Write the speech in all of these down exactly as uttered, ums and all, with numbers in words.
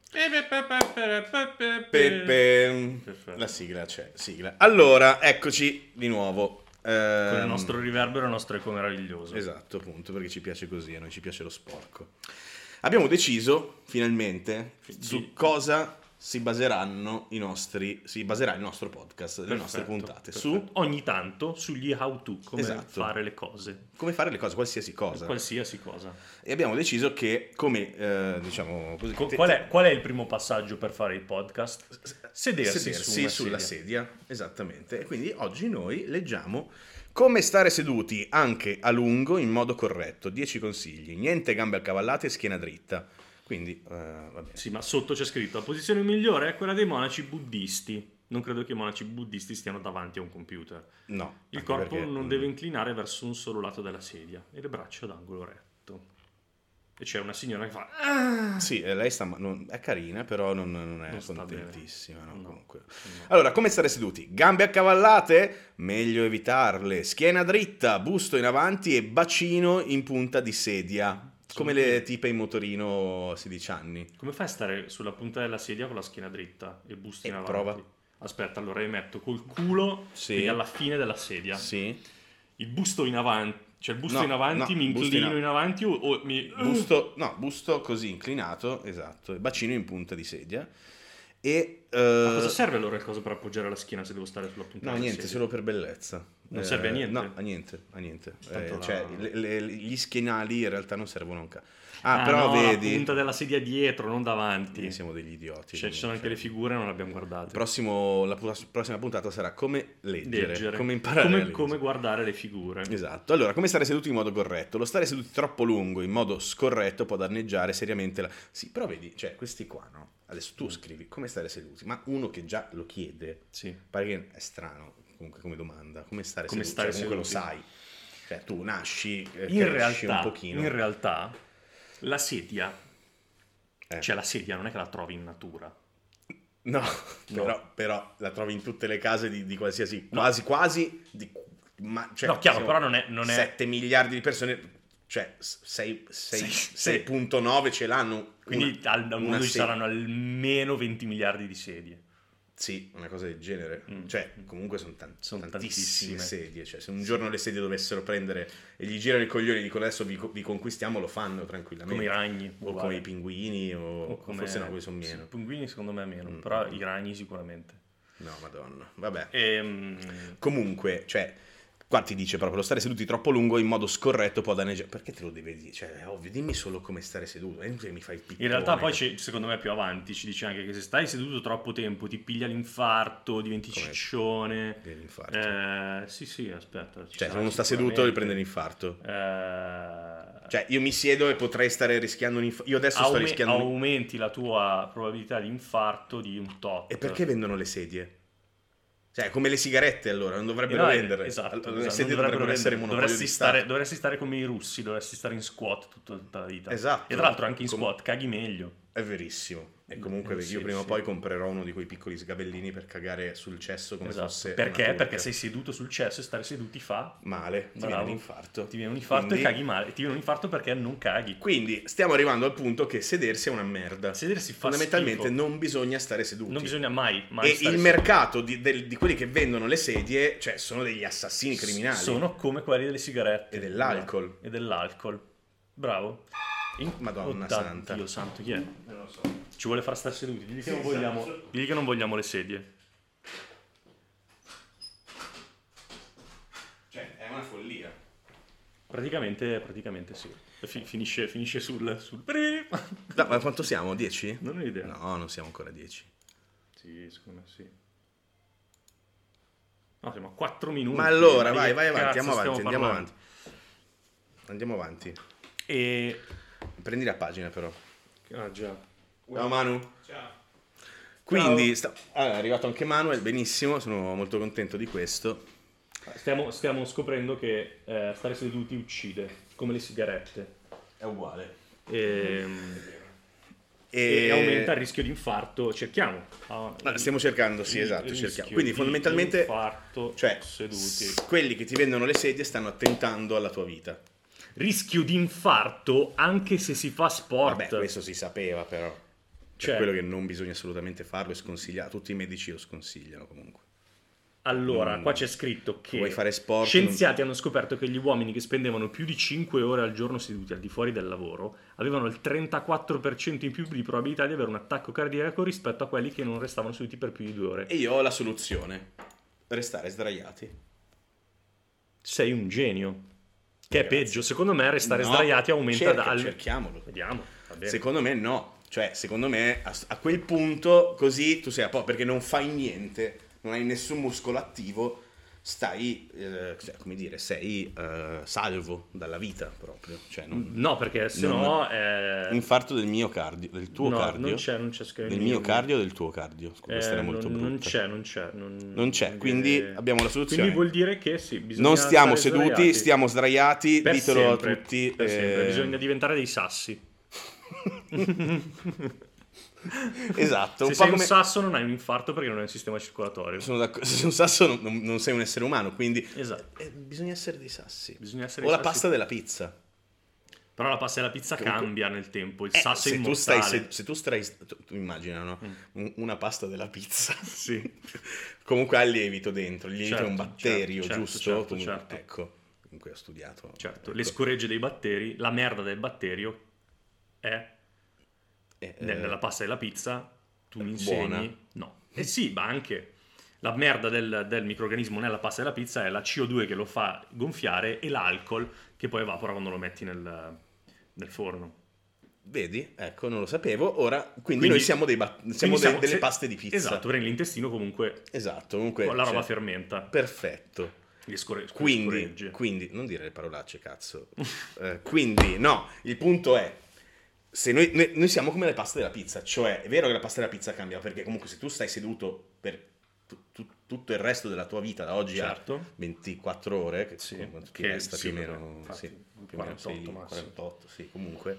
Pepe. La sigla c'è, sigla. Allora, eccoci di nuovo. Con il nostro riverbero e il nostro eco meraviglioso. Esatto, appunto, perché ci piace così, a noi ci piace lo sporco. Abbiamo deciso, finalmente, sì. su cosa si baseranno i nostri, si baserà il nostro podcast, le perfetto, nostre puntate. Su ogni tanto sugli how to, come esatto. fare le cose. Come fare le cose, qualsiasi cosa. Qualsiasi cosa. E abbiamo deciso che, come eh, diciamo così, Co- qual, è, qual è il primo passaggio per fare il podcast? Sedersi, Sedersi su sulla sedia. sedia, esattamente. E quindi oggi noi leggiamo come stare seduti anche a lungo in modo corretto. dieci consigli. Niente gambe accavallate e schiena dritta. Quindi, uh, vabbè. Sì, ma sotto c'è scritto: la posizione migliore è quella dei monaci buddisti. Non credo che i monaci buddisti stiano davanti a un computer. No. Il corpo perché... non deve inclinare verso un solo lato della sedia e le braccia ad angolo retto. E c'è una signora che fa... Ah! Sì, lei sta, non, è carina, però non, non è non contentissima. No, no, comunque. No. Allora, come stare seduti? Gambe accavallate? Meglio evitarle. Schiena dritta, busto in avanti e bacino in punta di sedia. Come le tipe in motorino a sedici anni. Come fai a stare sulla punta della sedia con la schiena dritta e il busto e in avanti? Prova. Aspetta, allora io metto col culo sì. alla fine della sedia. Sì. Il busto in avanti, cioè il busto no, in avanti, no, mi inclino in, in avanti o, o mi... Busto, no, busto così inclinato, esatto, e bacino in punta di sedia. E, uh... a cosa serve allora il coso per appoggiare la schiena se devo stare sulla punta no, della niente, sedia? solo per bellezza. Non eh, serve a niente? No, a niente, a niente. Eh, la... cioè, le, le, gli schienali in realtà non servono un cazzo. Ah, ah, però no, vedi... la punta della sedia dietro, non davanti. Noi siamo degli idioti. Cioè, ci sono anche le figure, non le abbiamo guardate. Prossimo, la prossima puntata sarà come leggere, leggere. come imparare come, a leggere. Come guardare le figure. Esatto. Allora, come stare seduti in modo corretto? Lo stare seduti troppo lungo in modo scorretto può danneggiare seriamente la... Sì, però vedi, cioè, questi qua, no? Adesso tu scrivi come stare seduti, ma uno che già lo chiede, sì. pare che è strano, comunque come domanda, come stare come seduti, stare cioè, comunque seduti. lo sai. Cioè, tu nasci, eh, in cresci realtà, un pochino. In realtà, la sedia, eh. cioè la sedia non è che la trovi in natura. No, no. Però, però la trovi in tutte le case di, di qualsiasi, no. quasi, quasi, di, ma, cioè, no, chiaro, però non è... Non è... sette miliardi di persone... Cioè, sei virgola nove ce l'hanno. Quindi una, al mondo ci saranno almeno venti miliardi di sedie. Sì, una cosa del genere. Mm. Cioè, comunque sono, tan- sono tantissime, tantissime sedie. Cioè, se un giorno le sedie dovessero prendere e gli girano i coglioni e dicono adesso vi, vi conquistiamo, lo fanno tranquillamente. Come i ragni. O come i pinguini, o, o come... forse no, quelli sono meno. I pinguini secondo me meno, mm. però i ragni sicuramente. No, madonna. Vabbè. Ehm... Comunque, cioè... Qua ti dice proprio, lo stare seduti troppo lungo in modo scorretto può danneggiare. Perché te lo devi dire? Cioè, è ovvio, dimmi solo come stare seduto. E mi fai il pippone. In realtà poi, secondo me, più avanti ci dice anche che se stai seduto troppo tempo ti piglia l'infarto, diventi come ciccione. L'infarto? Eh, sì, sì, aspetta. Cioè, se uno sta seduto gli prende l'infarto. Eh... Cioè, io mi siedo e potrei stare rischiando un infarto. Io adesso Aume- sto rischiando un... Aumenti la tua probabilità di infarto di un tot. E perché vendono le sedie? Cioè, come le sigarette allora, non dovrebbero no, vendere. Esatto, allora, esatto. Le sedie dovrebbero, dovrebbero essere monopolio dovresti di stare, Stato. dovresti stare come i russi, dovresti stare in squat tutta, tutta la vita. Esatto. E tra l'altro anche in Com- squat caghi meglio. È verissimo. E comunque eh, io sì, prima o sì. poi comprerò uno di quei piccoli sgabellini per cagare sul cesso come esatto. fosse Perché? una Perché sei seduto sul cesso e stare seduti fa male, ti Bravo. viene un infarto. Ti viene un infarto Quindi... e caghi male. Ti viene un infarto perché non caghi. Quindi stiamo arrivando al punto che sedersi è una merda. Sedersi fa Fondamentalmente schifo. non bisogna stare seduti. Non bisogna mai, mai E stare il seduti. mercato di, del, di quelli che vendono le sedie, cioè sono degli assassini criminali. Sono come quelli delle sigarette. E dell'alcol. E dell'alcol. Bravo. In... Madonna oh, santa. Dio santo, chi è? Non lo so. Ci vuole far stare seduti. Digli che, sì, non vogliamo, digli che non vogliamo le sedie. Cioè, è una follia. Praticamente, praticamente sì. Fin- finisce, finisce sul... sul... No, ma quanto siamo? dieci? Non ho idea. No, non siamo ancora dieci. Sì, secondo me sì. No, siamo a quattro minuti. Ma allora, ma vai, vai avanti, cazzo andiamo avanti, andiamo parlando? avanti. Andiamo avanti. E... Prendi la pagina però. Ah, già. Ciao Manu. Ciao. Quindi, sta... allora, è arrivato anche Manuel, benissimo, sono molto contento di questo. Stiamo, stiamo scoprendo che eh, stare seduti uccide, come le sigarette. È uguale. E, e... e aumenta il rischio di infarto. Cerchiamo. Ah, ah, stiamo cercando, sì, il, esatto, il cerchiamo. Quindi fondamentalmente, infarto cioè, seduti. quelli che ti vendono le sedie stanno attentando alla tua vita. Rischio di infarto anche se si fa sport. Vabbè, questo si sapeva però. Cioè, quello che non bisogna assolutamente farlo, è sconsigliato. Tutti i medici lo sconsigliano comunque. allora, Non- qua c'è scritto che vuoi fare sport, scienziati hanno scoperto che gli uomini che spendevano più di cinque ore al giorno seduti al di fuori del lavoro avevano il trentaquattro per cento in più di probabilità di avere un attacco cardiaco rispetto a quelli che non restavano seduti per più di due ore. E io ho la soluzione: restare sdraiati. Sei un genio. Che è Ragazzi, peggio. Secondo me restare no, sdraiati aumenta cerca, da- al... cerchiamolo. Vediamo. Va bene. Secondo me no. Cioè, secondo me a, a quel punto così tu sei a po', perché non fai niente, non hai nessun muscolo attivo, stai, eh, cioè, come dire, sei eh, salvo dalla vita proprio. Cioè, non- No, perché se Non- no... eh, Infarto del miocardio, del tuo no, cardio? non c'è, non c'è scritto. Del miocardio o del tuo cardio? Scusa, Eh, questa era molto non, brutta. non c'è, non c'è. Non, Non c'è, quindi viene- abbiamo la soluzione. Quindi vuol dire che sì, bisogna Non stiamo stare seduti, sdraiati. stiamo sdraiati, Per ditelo sempre, a tutti. per sempre. eh, Bisogna diventare dei sassi. Esatto, Se un sei po' un come... sasso non hai un infarto perché non hai un sistema circolatorio. Sono d'accordo. Se sei un sasso non, non- non sei un essere umano, quindi Esatto. eh, bisogna essere dei sassi. Bisogna essere O dei la sassi. pasta della pizza. Però la pasta e la pizza Comunque- cambia nel tempo. Il Eh, sasso è se, tu stai, immortale. se, se tu stai, tu, tu immagina, no? Un- una pasta della pizza. Sì. Comunque ha il lievito dentro, il lievito è un Certo, batterio, certo, giusto? certo, Comunque- certo. Ecco, comunque ho studiato. Certo, ecco. le scoregge dei batteri, la merda del batterio è Eh, ne- eh, nella pasta della pizza, tu mi buona. insegni. No. Eh sì, ma anche la merda del, del microrganismo nella pasta della pizza è la C O due che lo fa gonfiare e l'alcol che poi evapora quando lo metti nel, nel forno. Vedi? Ecco, non lo sapevo. Ora, quindi, Quindi- noi siamo, dei bat- siamo Quindi de- siamo- delle se- paste di pizza. Esatto, perché l'intestino comunque Esatto, comunque... la roba cioè, fermenta. perfetto. Le score- le Quindi, scoregge. quindi, non dire le parolacce, cazzo. Eh, quindi, no, il punto è, se noi, noi, noi siamo come le paste della pizza, cioè è vero che la pasta della pizza cambia, perché comunque se tu stai seduto per tu- tu- tutto il resto della tua vita, da oggi Certo. a ventiquattro ore, che, Sì, quanto ti che resta sì, più o vabbè, meno, infatti, sì, più o meno sei lì, quarantotto massimo. quarantotto, sì, comunque,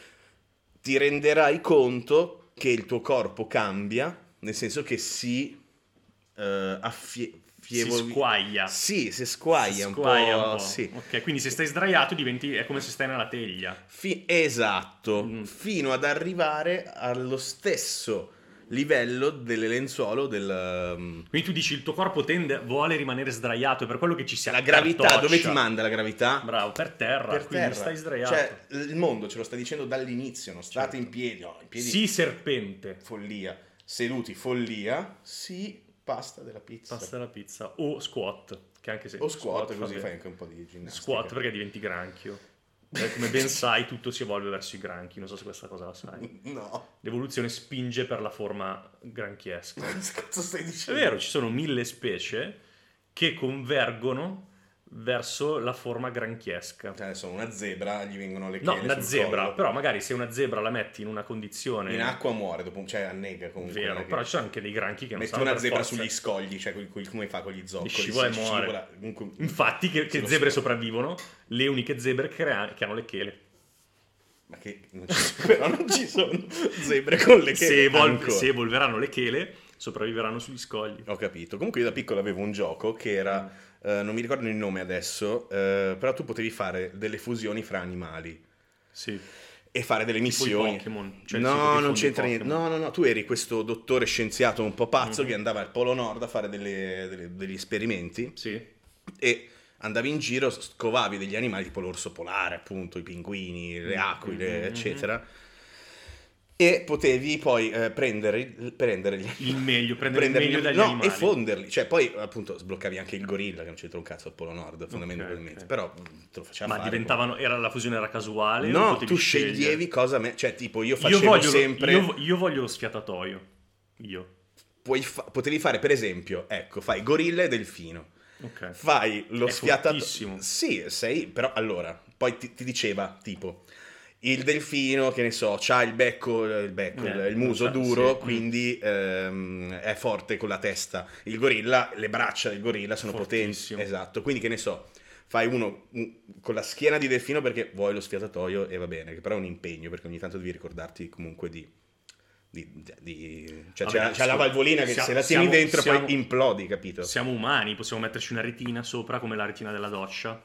ti renderai conto che il tuo corpo cambia, nel senso che si eh, affie- Si fievoli- squaglia. Sì, si squaglia, Si un, squaglia po', un po'. sì. Ok, quindi se stai sdraiato diventi è come se stai nella teglia. Fi- esatto, Mm. fino ad arrivare allo stesso livello delle lenzuolo del... um, Quindi tu dici il tuo corpo tende, vuole rimanere sdraiato, è per quello che ci si la gravità, accartoccia. dove ti manda la gravità? Bravo, per terra, Per quindi terra. stai sdraiato. Cioè, il mondo ce lo sta dicendo dall'inizio, non state Certo. in piedi, no, in piedi Sì, serpente. follia, seduti follia, sì, pasta della pizza. Pasta la pizza o squat, che anche se O squat, fa così bene. fai anche un po' di ginnastica. Squat perché diventi granchio. Eh, come ben sai, tutto si evolve verso i granchi, non so se questa cosa la sai. No, L'evoluzione spinge per la forma granchiesca. cosa stai È dicendo? vero, ci sono mille specie che convergono verso la forma granchiesca. Cioè, adesso una zebra, gli vengono le No, chele una sul zebra, collo. però magari se una zebra la metti in una condizione... In acqua muore, dopo, cioè annega comunque. Vero, non è che- però ci sono anche dei granchi che non Metti sanno una per zebra forza. sugli scogli, cioè quel- quel- come fa con gli zoccoli? scivola e si muore. scivola, comunque- Infatti che, se che lo zebre so. sopravvivono, le uniche zebre che, ha- che hanno le chele. Ma che non ci, però non ci sono zebre con le Se, chele evol- ancora. se evolveranno le chele, sopravviveranno sugli scogli. Ho capito. Comunque io da piccolo avevo un gioco che era, eh, non mi ricordo il nome adesso, eh, però tu potevi fare delle fusioni fra animali Sì. e fare delle Tipo i missioni. Pokémon. Cioè, sì, no, perché non fondi c'entra i niente. Pokémon. No, no, no, tu eri questo dottore scienziato un po' pazzo Mhm. che andava al Polo Nord a fare delle- delle- degli esperimenti Sì. e andavi in giro, scovavi degli animali tipo l'orso polare, appunto, i pinguini, le aquile, Mhm. eccetera. E potevi poi eh, prendere, prendere gli Il meglio, prendere il prenderli- meglio dagli no, animali. e fonderli. Cioè, poi appunto sbloccavi anche il gorilla, che non c'entra un cazzo al Polo Nord, fondamentalmente. ok. Però mh, te lo faceva Ma fare. diventavano, era la fusione era casuale? o No, potevi tu scegliere? sceglievi cosa... Me- cioè, tipo, io Io facevo voglio, lo- sempre... io, io voglio lo sfiatatoio. Io. puoi fa- potevi fare, per esempio, ecco, fai gorilla e delfino. Ok. Fai lo È sfiatato. fortissimo. Sì, sei, però allora, poi ti, ti diceva tipo il delfino, che ne so, c'ha il becco, il, becco, Eh, il, il muso non c'ha- duro, sì. quindi ehm, è forte con la testa. Il gorilla, le braccia del gorilla sono potenti. Fortissimo. Esatto, quindi che ne so, fai uno un- con la schiena di delfino perché vuoi lo sfiatatoio e va bene, che però è un impegno perché ogni tanto devi ricordarti comunque di... di- di- cioè Vabbè, c'è, c'è la scu- valvolina che sia- se la tieni siamo- dentro siamo- poi implodi, capito? Siamo umani, possiamo metterci una retina sopra come la retina della doccia.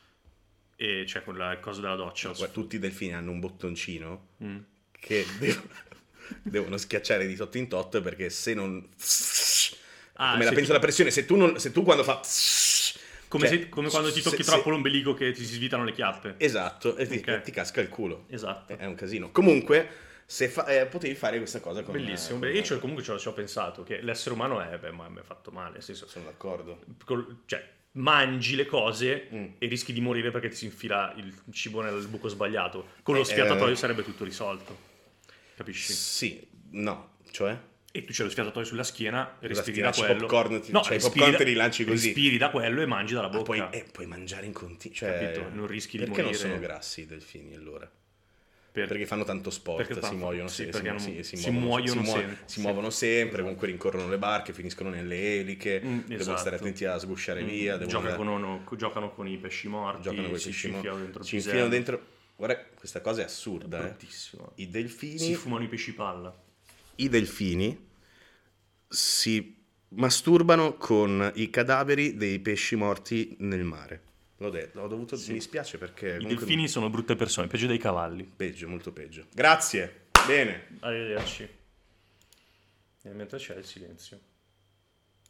E cioè quella il coso della doccia. Guarda, tutti i delfini hanno un bottoncino Mm. che devo- devono schiacciare di tot in tot, perché se non... Ah, come la se penso ti- la pressione, se tu, non, se tu quando fa... Come, cioè, se- come quando ti tocchi se- troppo se- l'ombelico che ti si svitano le chiappe. Esatto, e ti, Ok. ti casca il culo. Esatto. È un casino. Comunque, se fa- eh, potevi fare questa cosa con... Bellissimo. eh, Beh, con- io ci ho- comunque ci ho, ci ho pensato che l'essere umano è, beh, ma mi è fatto male. Nel senso, Sono d'accordo. col- cioè, mangi le cose Mm. e rischi di morire perché ti si infila il cibo nel buco sbagliato. Con lo Eh, sfiatatoio eh. sarebbe tutto risolto. Capisci? Sì, no, cioè... E tu c'hai lo sfiatatoio sulla schiena, respiri ti da lanci quello. popcorn, ti- no, cioè, i respiri popcorn da- te li lanci così. Respiri da quello e mangi dalla Ma bocca. puoi, eh, puoi mangiare in continuo, cioè, Capito? Non rischi di perché non morire. sono grassi i delfini allora? Per- Perché fanno tanto sport, Perché si tanto- muoiono sì, se- perché si, hanno- si- si si muovono, muoiono si muo- sempre. si Sì. muovono sempre, comunque rincorrono le barche, finiscono nelle eliche, Mm, devono esatto. stare attenti a sgusciare Mm, via, devono giocano, giocano con i pesci morti, giocano con i si pesci mo- infilano dentro il si pisello. infilano dentro. Guarda, questa cosa è assurda, eh. Bruttissimo. I delfini, Si fumano i pesci palla. i delfini si masturbano con i cadaveri dei pesci morti nel mare. L'ho detto, l'ho dovuto, mi dispiace perché I comunque delfini sono brutte persone, peggio dei cavalli. peggio, molto peggio. Grazie. Bene. Arrivederci. E mentre c'è il silenzio.